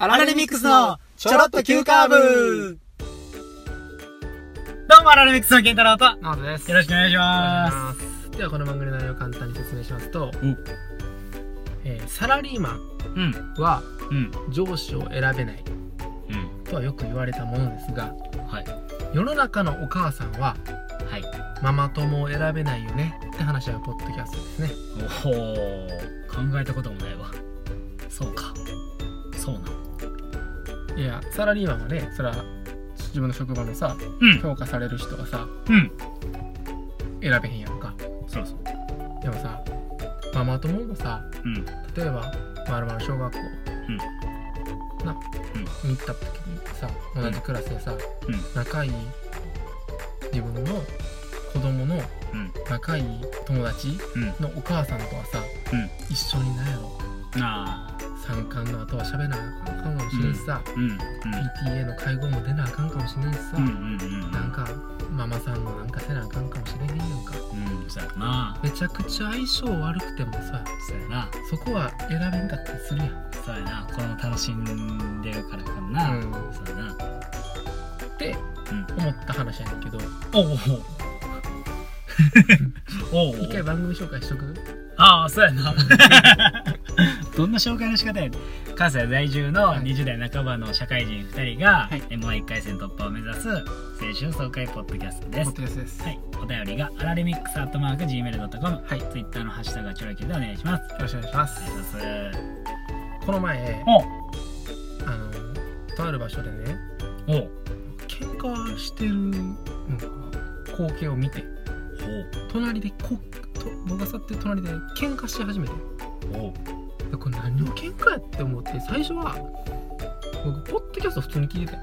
アラレミックスのちょろっと急カーブ。 どうもアラレミックスの健太郎とナオトです。 よろしくお願いします。 ではこの番組の内容を簡単に説明しますと、サラリーマンは上司を選べないとはよく言われたものですが、世の中のお母さんはママ友を選べないよねって話はポッドキャストですね。 おお、考えたこともないわ。そうか、そうなの。 いや、サラリーマンはね、それは自分の職場のさ、評価される人がさ、選べへんやんか。 そうそう。 でもさ、ママ友もさ、例えばまるまる小学校に行った時にさ、同じクラスでさ、仲いい自分の子供の仲いい友達のお母さんとはさ、一緒になんやろ、参観の後は喋らなあかんかもしれんしさ、PTA の会合も出なあかんかもしれんしさ、なんかママさんのなんかせなあかんかもしれへんやんか。 そうやな。 めちゃくちゃ相性悪くてもさ、 そうやな。 そこは選べんかったりするやん。 そうやな。子供楽しんでるからかな。そうやな。 って思った話やねんけど。一回番組紹介しとく？ ああ、そうやな。どんな紹介の仕方やねん。関西在住の20代半ばの社会人2人が M−1 回戦突破を目指す青春爽快ポッドキャストです。はい、お便りがアラレミックス@gmail.com、Twitter のハッシュタグはチョロキでお願いします。 よろしくお願いします。この前とある場所でね、喧嘩してる光景を見て、隣で僕が去ってる隣で喧嘩し始めて、でこれ何の喧嘩やって思って、最初は僕ポッドキャスト普通に聞いてて、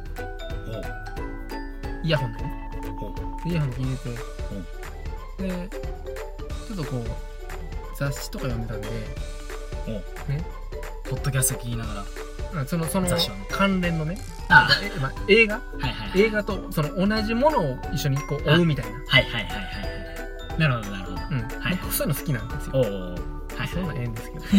イヤホンでね、イヤホンで聞いてて、でちょっとこう雑誌とか読んでたんでね、 ポッドキャスト聞きながらその関連のね、映画とその同じものを一緒にこう追うみたいな。 なるほどなるほど。 僕そういうの好きなんですよ。そんなんええんですけど。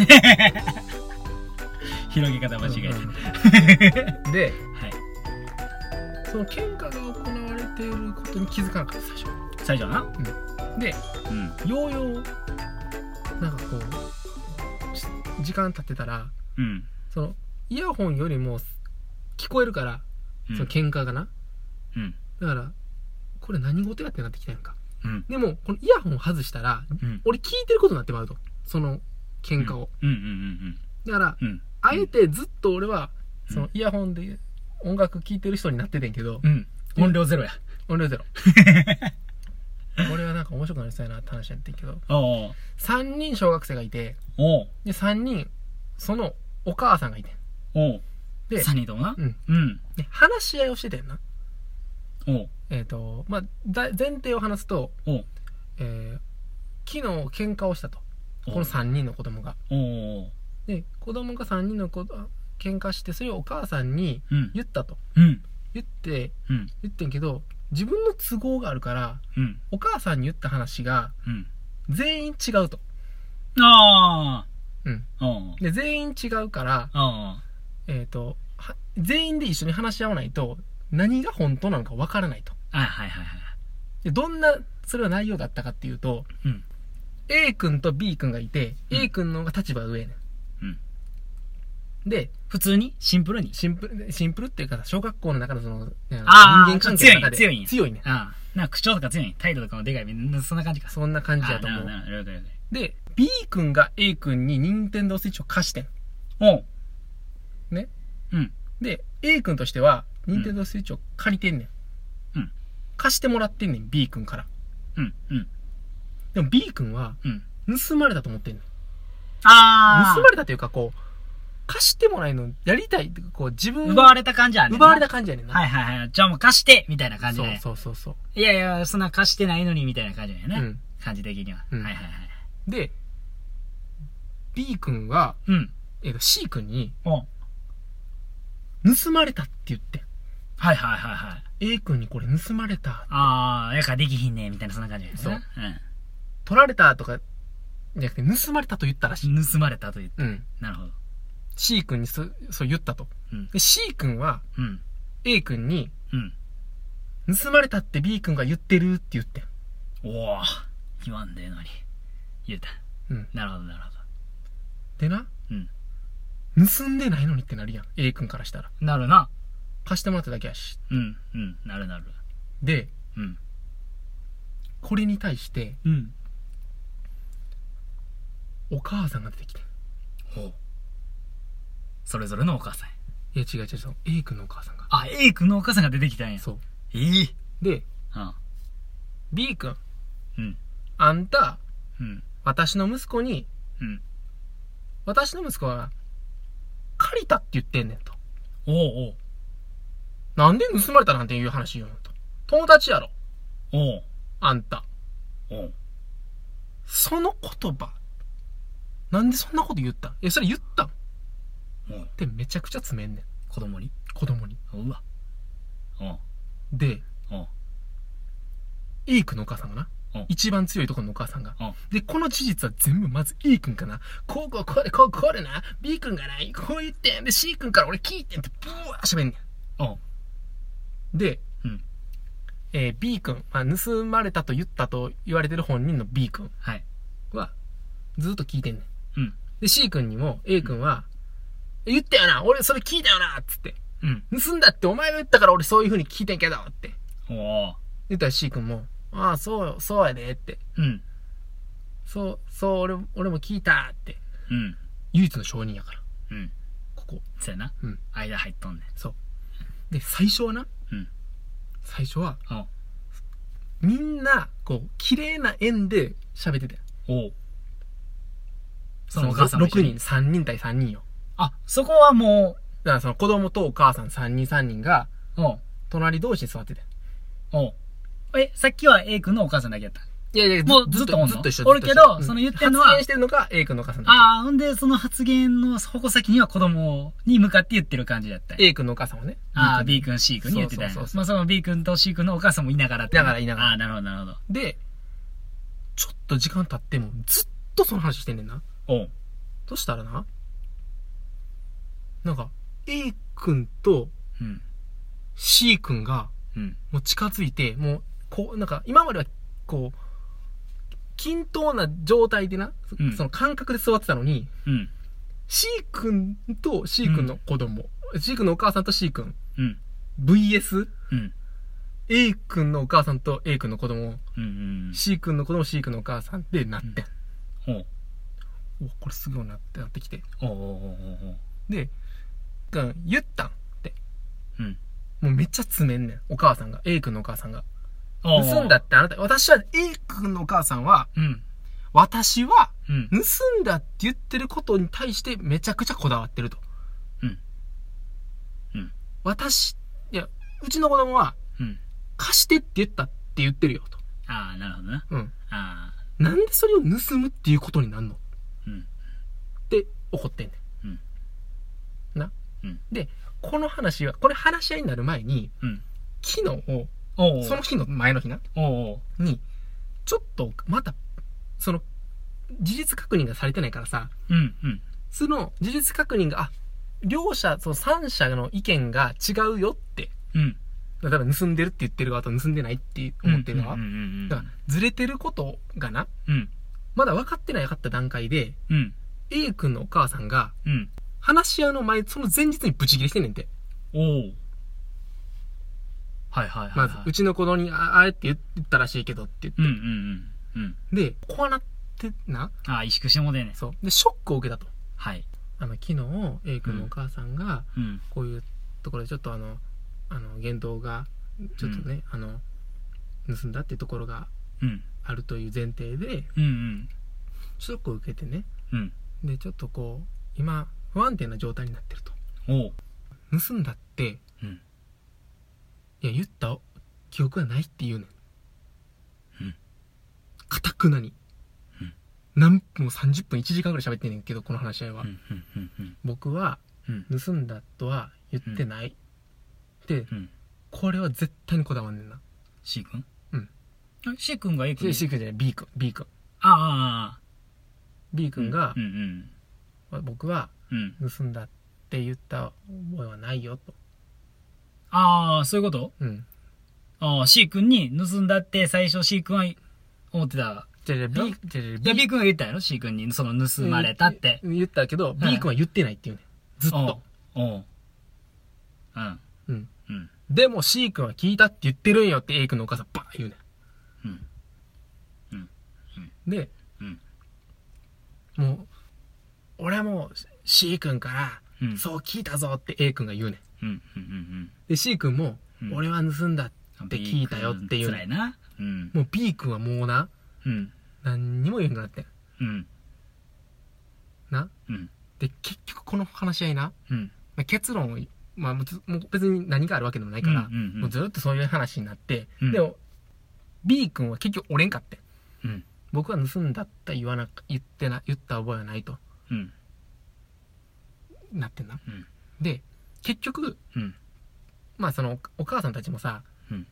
広げ方間違えて。で、 その喧嘩が行われていることに気づかなかった、 最初な。 で、ようようなんかこう時間経ってたら、そのイヤホンよりも聞こえるから、その喧嘩がな。だからこれ何事やってなってきたやんか。でもこのイヤホンを外したら、俺聞いてることになってまうと、その喧嘩を。だから、あえてずっと俺はそのイヤホンで音楽聴いてる人になっててんけど、 音量ゼロや。 音量ゼロ。俺はなんか面白くなりそうやなって話やってんけど、3人小学生がいて、で3人そのお母さんがいてん。 で3人ともな。 で話し合いをしててんな。まあ前提を話すと、昨日喧嘩をしたと、この3人の子供が。で子供が3人の喧嘩して、それをお母さんに言ったと、言ってんけど、自分の都合があるから、お母さんに言った話が全員違うと。で全員違うから、全員で一緒に話し合わないと何が本当なのかわからないと。でどんなそれは内容だったかっていうと、A 君と B 君がいて、A 君の方が立場が上やねん。で普通にシンプルっていうか、小学校の中のその人間関係の中で強いね。 なんか口調とか強い、態度とかもでかい、そんな感じか。 そんな感じやと思う。で B 君が A 君に任天堂スイッチを貸してん。ね。で A 君としては任天堂スイッチを借りてんねん。貸してもらってんねん、 B 君から。でも B 君は盗まれたと思ってんねん。盗まれたというか、こう貸してもないのやりたいって、こう自分奪われた感じやねん。 奪われた感じやねんな。 じゃあもう貸してみたいな感じで。 そう。 いやいや、そんな貸してないのにみたいな感じだよね。感じ的には。で B 君はC 君に盗まれたって言って、A 君にこれ盗まれた。 やからできひんねみたいな、そんな感じだよね。そう。 取られたとかじゃなくて盗まれたと言ったらしい。 盗まれたと言った。なるほど。 C 君にそう言ったと。で C 君は、A 君に、盗まれたって B 君が言ってるって言ってん。 おお、言わんでえのに言うた。なるほどなるほど。 でな、盗んでないのにってなるやん、 A 君からしたら。 なるな。 貸してもらっただけやし。 なるなる。 で、これに対して、お母さんが出てきて。 ほう。それぞれのお母さん。 いや違う、A 君のお母さんが。 A 君のお母さんが出てきたんや。 そう。 で、 B 君、あんた、私の息子に、私の息子は借りたって言ってんねんと。 おう。 なんで盗まれたなんていう話言うのと。友達やろ。あんた。その言葉、なんでそんなこと言ったん？それ言ったん？ってめちゃくちゃ詰めんねん。 子供に。うわ。 で、A 君のお母さんがな。一番強いところのお母さんが。で、この事実は全部まず A 君かな。これな。B 君がな、こう言ってん。で、C 君から俺聞いてんってブワー喋んねん。で、B 君、盗まれたと言ったと言われてる本人の B 君は、ずっと聞いてんねん。で、C 君にも A 君は、言ったよな、俺それ聞いたよなっつって。盗んだってお前が言ったから俺そういう風に聞いてんけどって。言ったら C 君も、ああ、そうやでって。俺も聞いたって。唯一の証人やから。ここ。 そうやな。間入っとんねん。 そう。で、最初はな。最初は、みんな、綺麗な円で喋ってたよ。その6人、3人対3人よ。 そこはもう、 だからその子供とお母さん3人が、隣同士に座ってたよ。 さっきは A 君のお母さんだけやった。 いや、 もうずっと一緒。 おるけど、その言ってるのは。 発言してるのが A 君のお母さんだけ。 ほんで、その発言の矛先には子供に向かって言ってる感じだった。 A 君のお母さんはね。 B 君、C 君に言ってたんや。その B 君と C 君のお母さんもいながらって。 いながら。 なるほど、なるほど。 で、ちょっと時間経ってもずっとその話してんねんな。そしたらな、なんか、A 君と C 君が、もう近づいて、もう、なんか、今までは、均等な状態でな、その感覚で座ってたのに、C 君と C 君の子供、C 君のお母さんと C 君、VS、A 君のお母さんと A 君の子供、C 君の子供、C 君のお母さんでなってん。これすごいなってきて。で、言ったんって。もうめっちゃ詰めんねん。お母さんが。A 君のお母さんが。盗んだってあなた、私は A 君のお母さんは、私は、盗んだって言ってることに対してめちゃくちゃこだわってると。うちの子供は、貸してって言ったって言ってるよと。 なるほどな。 なんでそれを盗むっていうことになんのって怒ってんねん。な。で、これ話し合いになる前に、昨日、その日の前の日な、に、ちょっとまた、その、事実確認がされてないからさ、その事実確認が、両者、その3者の意見が違うよって、だから盗んでるって言ってる側と盗んでないって思ってる側、だからずれてることがな、まだ分かってなかった段階で、A 君のお母さんが、話し合うの前、その前日にブチ切れしてんねんて。まず、うちの子供にあえって言ったらしいけどって言って。で、こうなってな。 萎縮してもでね。 そう。で、ショックを受けたと。昨日、A 君のお母さんが、こういうところでちょっと言動が、ちょっとね、盗んだっていうところがあるという前提で、ショックを受けてね。で、ちょっと今、不安定な状態になってると。盗んだって、いや、言った記憶がないって言うねん。かたくなに。もう30分1時間ぐらい喋ってんねんけど、この話し合いは。僕は、盗んだとは言ってない。で、これは絶対にこだわんねんな。 C 君？C 君が A 君？ C 君じゃない、B 君。B 君が、僕は、 盗んだって言った覚えはないよと。 ああ、そういうこと？ うん。 ああ、C 君に盗んだって最初 C 君は思ってた。B 君が言ったやろ ?C 君にその盗まれたって。 言ったけど、B 君は言ってないっていうね。ずっと。 うん。 でも C 君は聞いたって言ってるんよって A 君のお母さんバーッ言うね。で、もう、俺はもう C 君から、そう聞いたぞって A 君が言うね。で、C 君も、俺は盗んだって聞いたよっていうね。もう B 君はもうな、何にも言うんかなって。な、で、結局この話し合いな、結論を、まあ、もう別に何があるわけでもないから、もうずっとそういう話になって、でも、B 君は結局折れんかって。僕は盗んだって言った覚えはないと。なってんな。で、結局、まあその、お母さんたちもさ、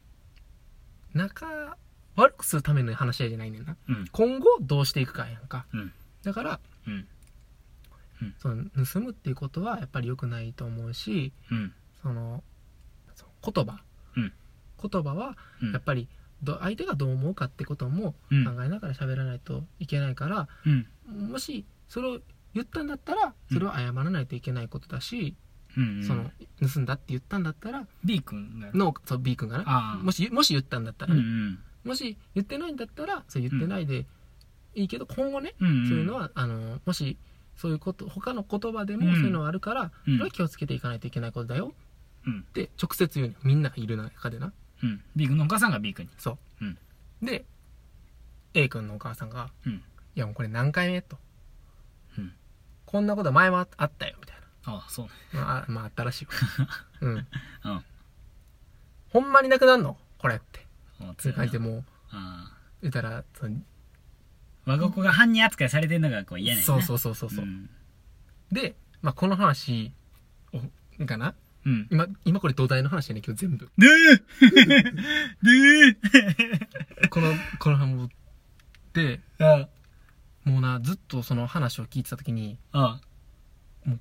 仲悪くするための話し合いじゃないねんな。今後どうしていくかやんか。だから、その盗むっていうことはやっぱり良くないと思うし、その言葉はやっぱり相手がどう思うかってことも考えながら喋らないといけないから、もしそれを言ったんだったらそれを謝らないといけないことだし、その盗んだって言ったんだったら B 君がな、もし言ったんだったらね、もし言ってないんだったらそう言ってないでいいけど、今後ね、そういうのはもしそういうこと他の言葉でもそういうのはあるから、それは気をつけていかないといけないことだよって直接言うね。みんながいる中でな。 B 君のお母さんが B 君に。 そう。で A 君のお母さんが、いやもうこれ何回目と、こんなこと前もあったよみたいな。 ああ、そうね。 まああったらしいわ。ほんまになくなんのこれって。そういう感じでもう言ったら我が子が犯人扱いされてるのがこう嫌ね。 そう。で、まあこの話をかな。今これ土台の話やね今日全部。この話で、もうなずっとその話を聞いてた時に、もう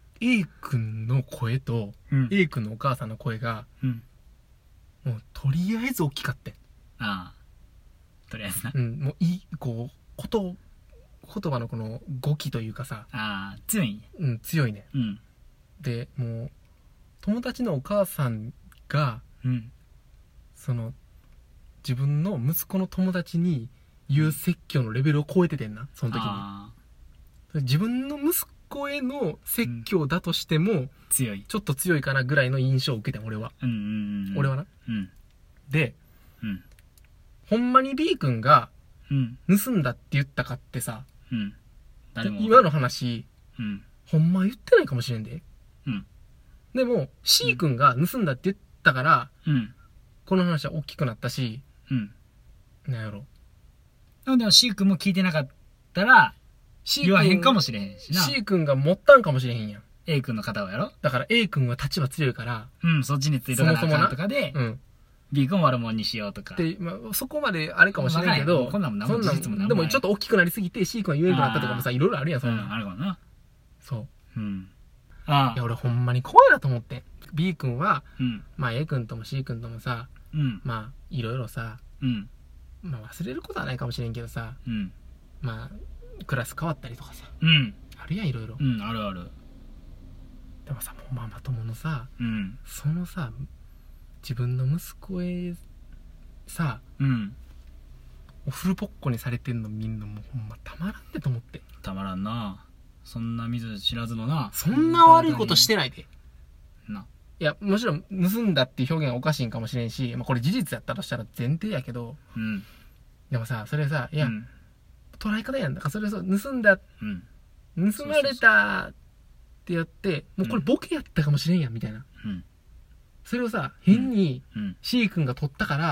A 君の声と A 君のお母さんの声が、もうとりあえず大きかってん。 とりあえずな。 もうこう言葉のこの語気というかさ、 強いね。強いね。でもう友達のお母さんが、その自分の息子の友達に言う説教のレベルを超えててんな、その時に。自分の息子への説教だとしても、ちょっと強いかなぐらいの印象を受けてん、俺は。俺はな。で、ほんまに B 君が盗んだって言ったかってさ、今の話、ほんま言ってないかもしれんで。でも C 君が盗んだって言ったから、この話は大きくなったし、なんやろ。 でも C 君も聞いてなかったら言わへんかもしれへんしな。 C 君が持ったんかもしれへんやん。 A 君の片方やろ。だから A 君は立場強いから、 そっちについとかなあかんとかで、B 君を悪者にしようとかで、 そこまであれかもしれんけど、 こんなんも何も事実も何もない。 でもちょっと大きくなりすぎて C 君が言えなくなったとかもさ、いろいろあるやん、そんなん。 あるかな。 そう。いや俺ほんまに怖いなと思って。 B 君は、まあ A 君とも C 君ともさ、まあいろいろさ、まあ忘れることはないかもしれんけどさ、まあクラス変わったりとかさ、あるやんいろいろ。 あるある。 でもさ、もうママ友のさ、そのさ自分の息子へさ、おフルポッコにされてんの見んのもうほんまたまらんってと思って。 たまらんな。そんな見ず知らずのな。 そんな悪いことしてないで。いや、もちろん盗んだっていう表現はおかしいんかもしれんし、まあこれ事実やったとしたら前提やけど、でもさ、それさ、いや、捉え方やんだから、それそう、盗んだ、盗まれたってやって、もうこれボケやったかもしれんやんみたいな。それをさ、変に C 君が取ったから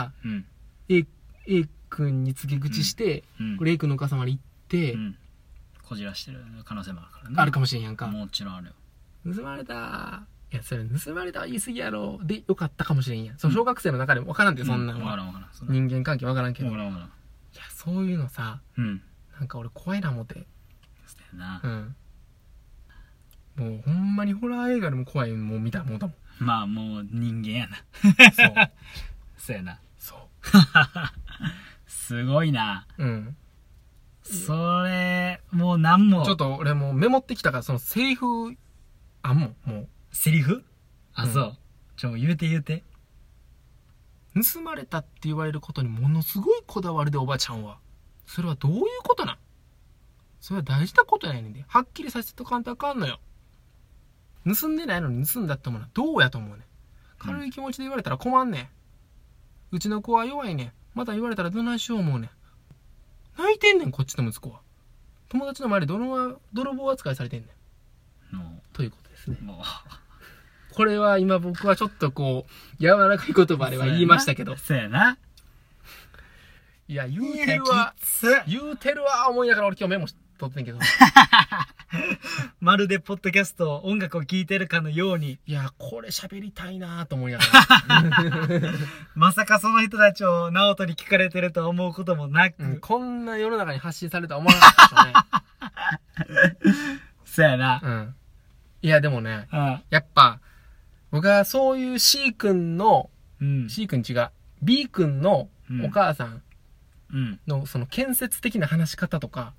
、A 君に告げ口して、これ A 君のお母様に言って、 こじらしてる可能性もあるからね。 あるかもしれんやんか。 もちろんあるよ。 盗まれた。いや、それ盗まれたは言い過ぎやろ。で、よかったかもしれんやん。その小学生の中でも分からんて、そんなのは。人間関係分からんけど。いや、そういうのさ、なんか俺怖いな思って。 そうだよな。 もうほんまにホラー映画でも怖いもん見たもんだもん。 まあもう人間やな。 そうそうやな。 そうすごいな。 うん。 それもう何もちょっと俺もうメモってきたから、そのセリフあんもん。もうセリフあ、 うん、 そう言うて盗まれたって言われることにものすごいこだわりで、おばちゃんはそれはどういうことなん？それは大事なことやねんで、はっきりさせとかんとあかんのよ。盗んでないのに盗んだってものはどうやと思うねん。軽い気持ちで言われたら困んねん。うちの子は弱いねん。また言われたらどないしよう思うねん。泣いてんねん、こっちの息子は。友達の前で泥棒扱いされてんねん。ということですね。これは今僕はちょっとこう柔らかい言葉では言いましたけど。 そうやな。 いや、言うてるわ思いながら俺今日メモ取ってんけど。 まるでポッドキャスト音楽を聴いてるかのように。 いや、これ喋りたいなと思いながら。 まさかその人たちを直人に聞かれてると思うこともなく、 こんな世の中に発信されるとは思わなかったですよね。 そうやな。 いや、でもね、やっぱ、僕はそういう C 君の、C 君違う、B 君のお母さんのその建設的な話し方とか、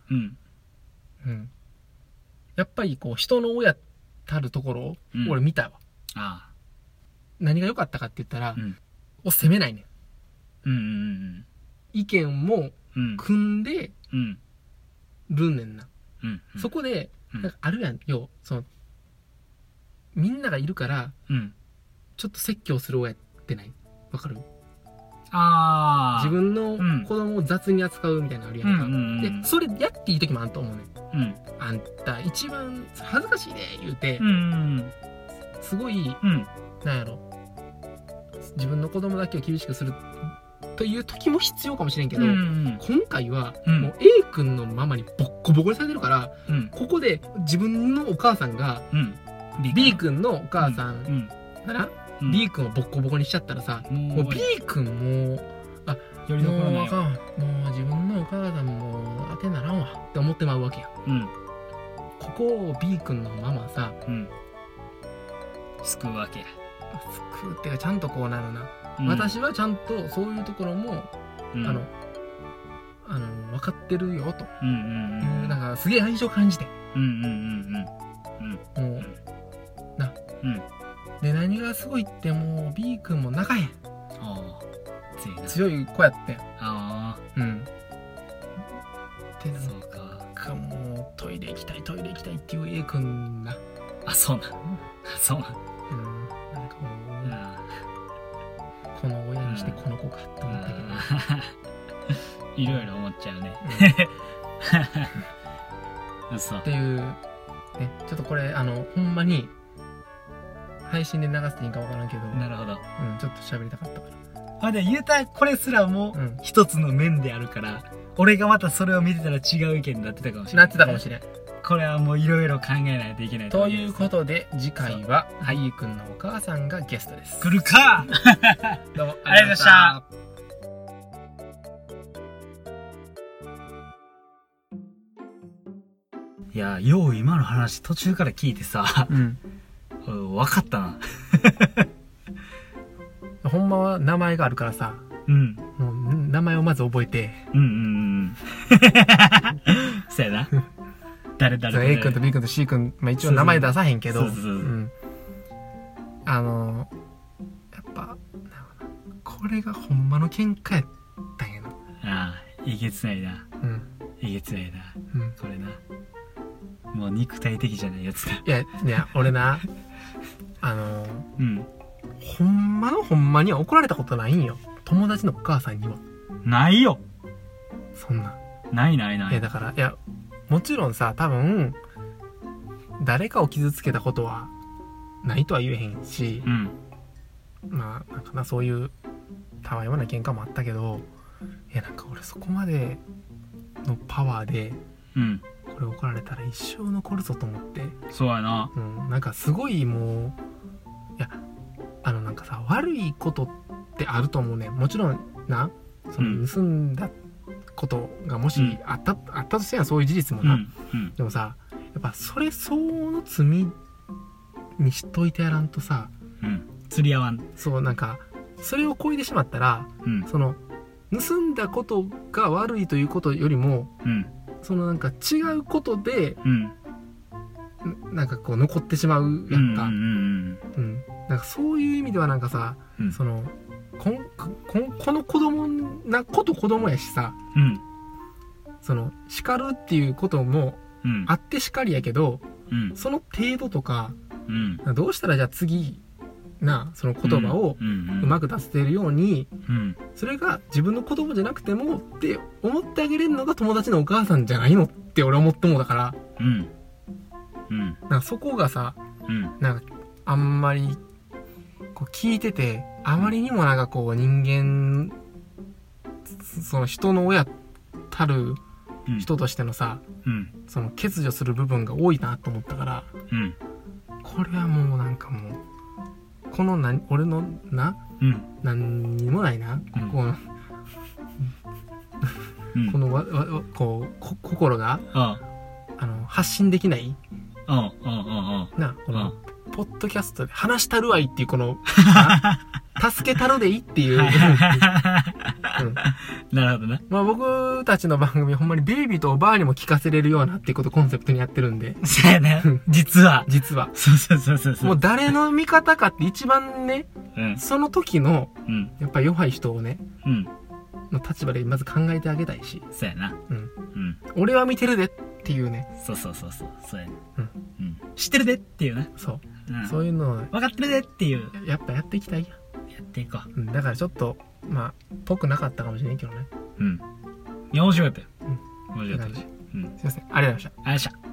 やっぱりこう人の親たるところを俺見たわ。何が良かったかって言ったら、を責めないねん。意見も組んでるんねんな。そこで、なんかあるやん、その、みんながいるから、ちょっと説教する親ってない？わかる？自分の子供を雑に扱うみたいなのあるやんか。で、それやっていい時もあんと思うねん。あんた一番恥ずかしいね言うて、すごい、なんやろ、自分の子供だけを厳しくするという時も必要かもしれんけど、今回はもう A 君のママにボッコボコにされてるから、ここで自分のお母さんが B 君のお母さんかな、B 君をボッコボコにしちゃったらさ、もう B 君もより残らないよ。もう自分のお母さんも当てならんわって思ってまうわけや。ここを B 君のママさ、 救うわけや。 救うってかちゃんとこうなるな。私はちゃんとそういうところも分かってるよというなんかすげえ愛情感じて。もうな。で何がすごいってもう B 君も仲へん。強い子やって。でなんかもうトイレ行きたいっていう A 君な。 そうなん。 なんかもうこの親にしてこの子かって思ったけど、 いろいろ思っちゃうね。 っていうね、ちょっとこれほんまに配信で流していいかわからんけど、 なるほど、 ちょっと喋りたかったから。 で言うたらこれすらも一つの面であるから、俺がまたそれを見てたら違う意見になってたかもしれない。これはもういろいろ考えないといけないということで、次回はハイユくんのお母さんがゲストです。 来るかどうもありがとうございました。いや、よう今の話途中から聞いてさ、分かったな。 ほんまは名前があるからさ、もう名前をまず覚えて。 そうやな。誰 A 君と B 君と C 君、一応名前出さへんけど、やっぱこれがほんまの喧嘩やったんやな。 えげつないな。えげつないな。これな。もう肉体的じゃないやつだ。 いや俺な、ほんまには怒られたことないんよ。友達のお母さんには。 ないよ。 そんな。 ない。 だから、もちろんさ、多分、誰かを傷つけたことは、ないとは言えへんし、まあ、なんかな、そういう、たわいもない喧嘩もあったけど、なんか俺そこまでのパワーで、これ怒られたら一生残るぞと思って。 そうやな。 なんかすごいもう、なんかさ、悪いことってあると思うね。もちろんな、その盗んだことがもしあったとしてはそういう事実もな。でもさ、 やっぱそれ相応の罪にしといてやらんとさ、 釣り合わん。 そうなんかそれを超えてしまったら、その盗んだことが悪いということよりも、そのなんか違うことで、なんかこう残ってしまうやんか。なんかそういう意味ではなんかさ、そのこの子供なこと子供やしさ、その叱るっていうこともあって叱りやけど、その程度とか、どうしたらじゃあ次その言葉をうまく出せるように、それが自分の子供じゃなくてもって思ってあげれるのが友達のお母さんじゃないのって俺は思ってもだから、なんかそこがさ、なんかあんまりこう聞いてて、あまりにもなんかこう人間、その人の親たる人としてのさ、その欠如する部分が多いなと思ったから、これはもうなんかもうこの俺の何にもないな、このこう心が発信できないこのポッドキャストで話したるわいっていうこの助けたるでいいっていうなるほどね。 まあ僕たちの番組ほんまにベイビーとおばあにも聞かせれるようなっていうことをコンセプトにやってるんで。 そうやね。実はそうもう誰の味方かって一番ね、その時のやっぱり弱い人をね、の立場でまず考えてあげたいし。 そうやな。 俺は見てるでっていうね。 そうやね。知ってるでっていうね。 そういうのを分かってるでっていう。 やっぱやっていきたいや。 やっていこう。 だからちょっとまあぽくなかったかもしれんけどね。 いや面白かったよ。面白かったし。 すいません、ありがとうございました。 ありがとうございました。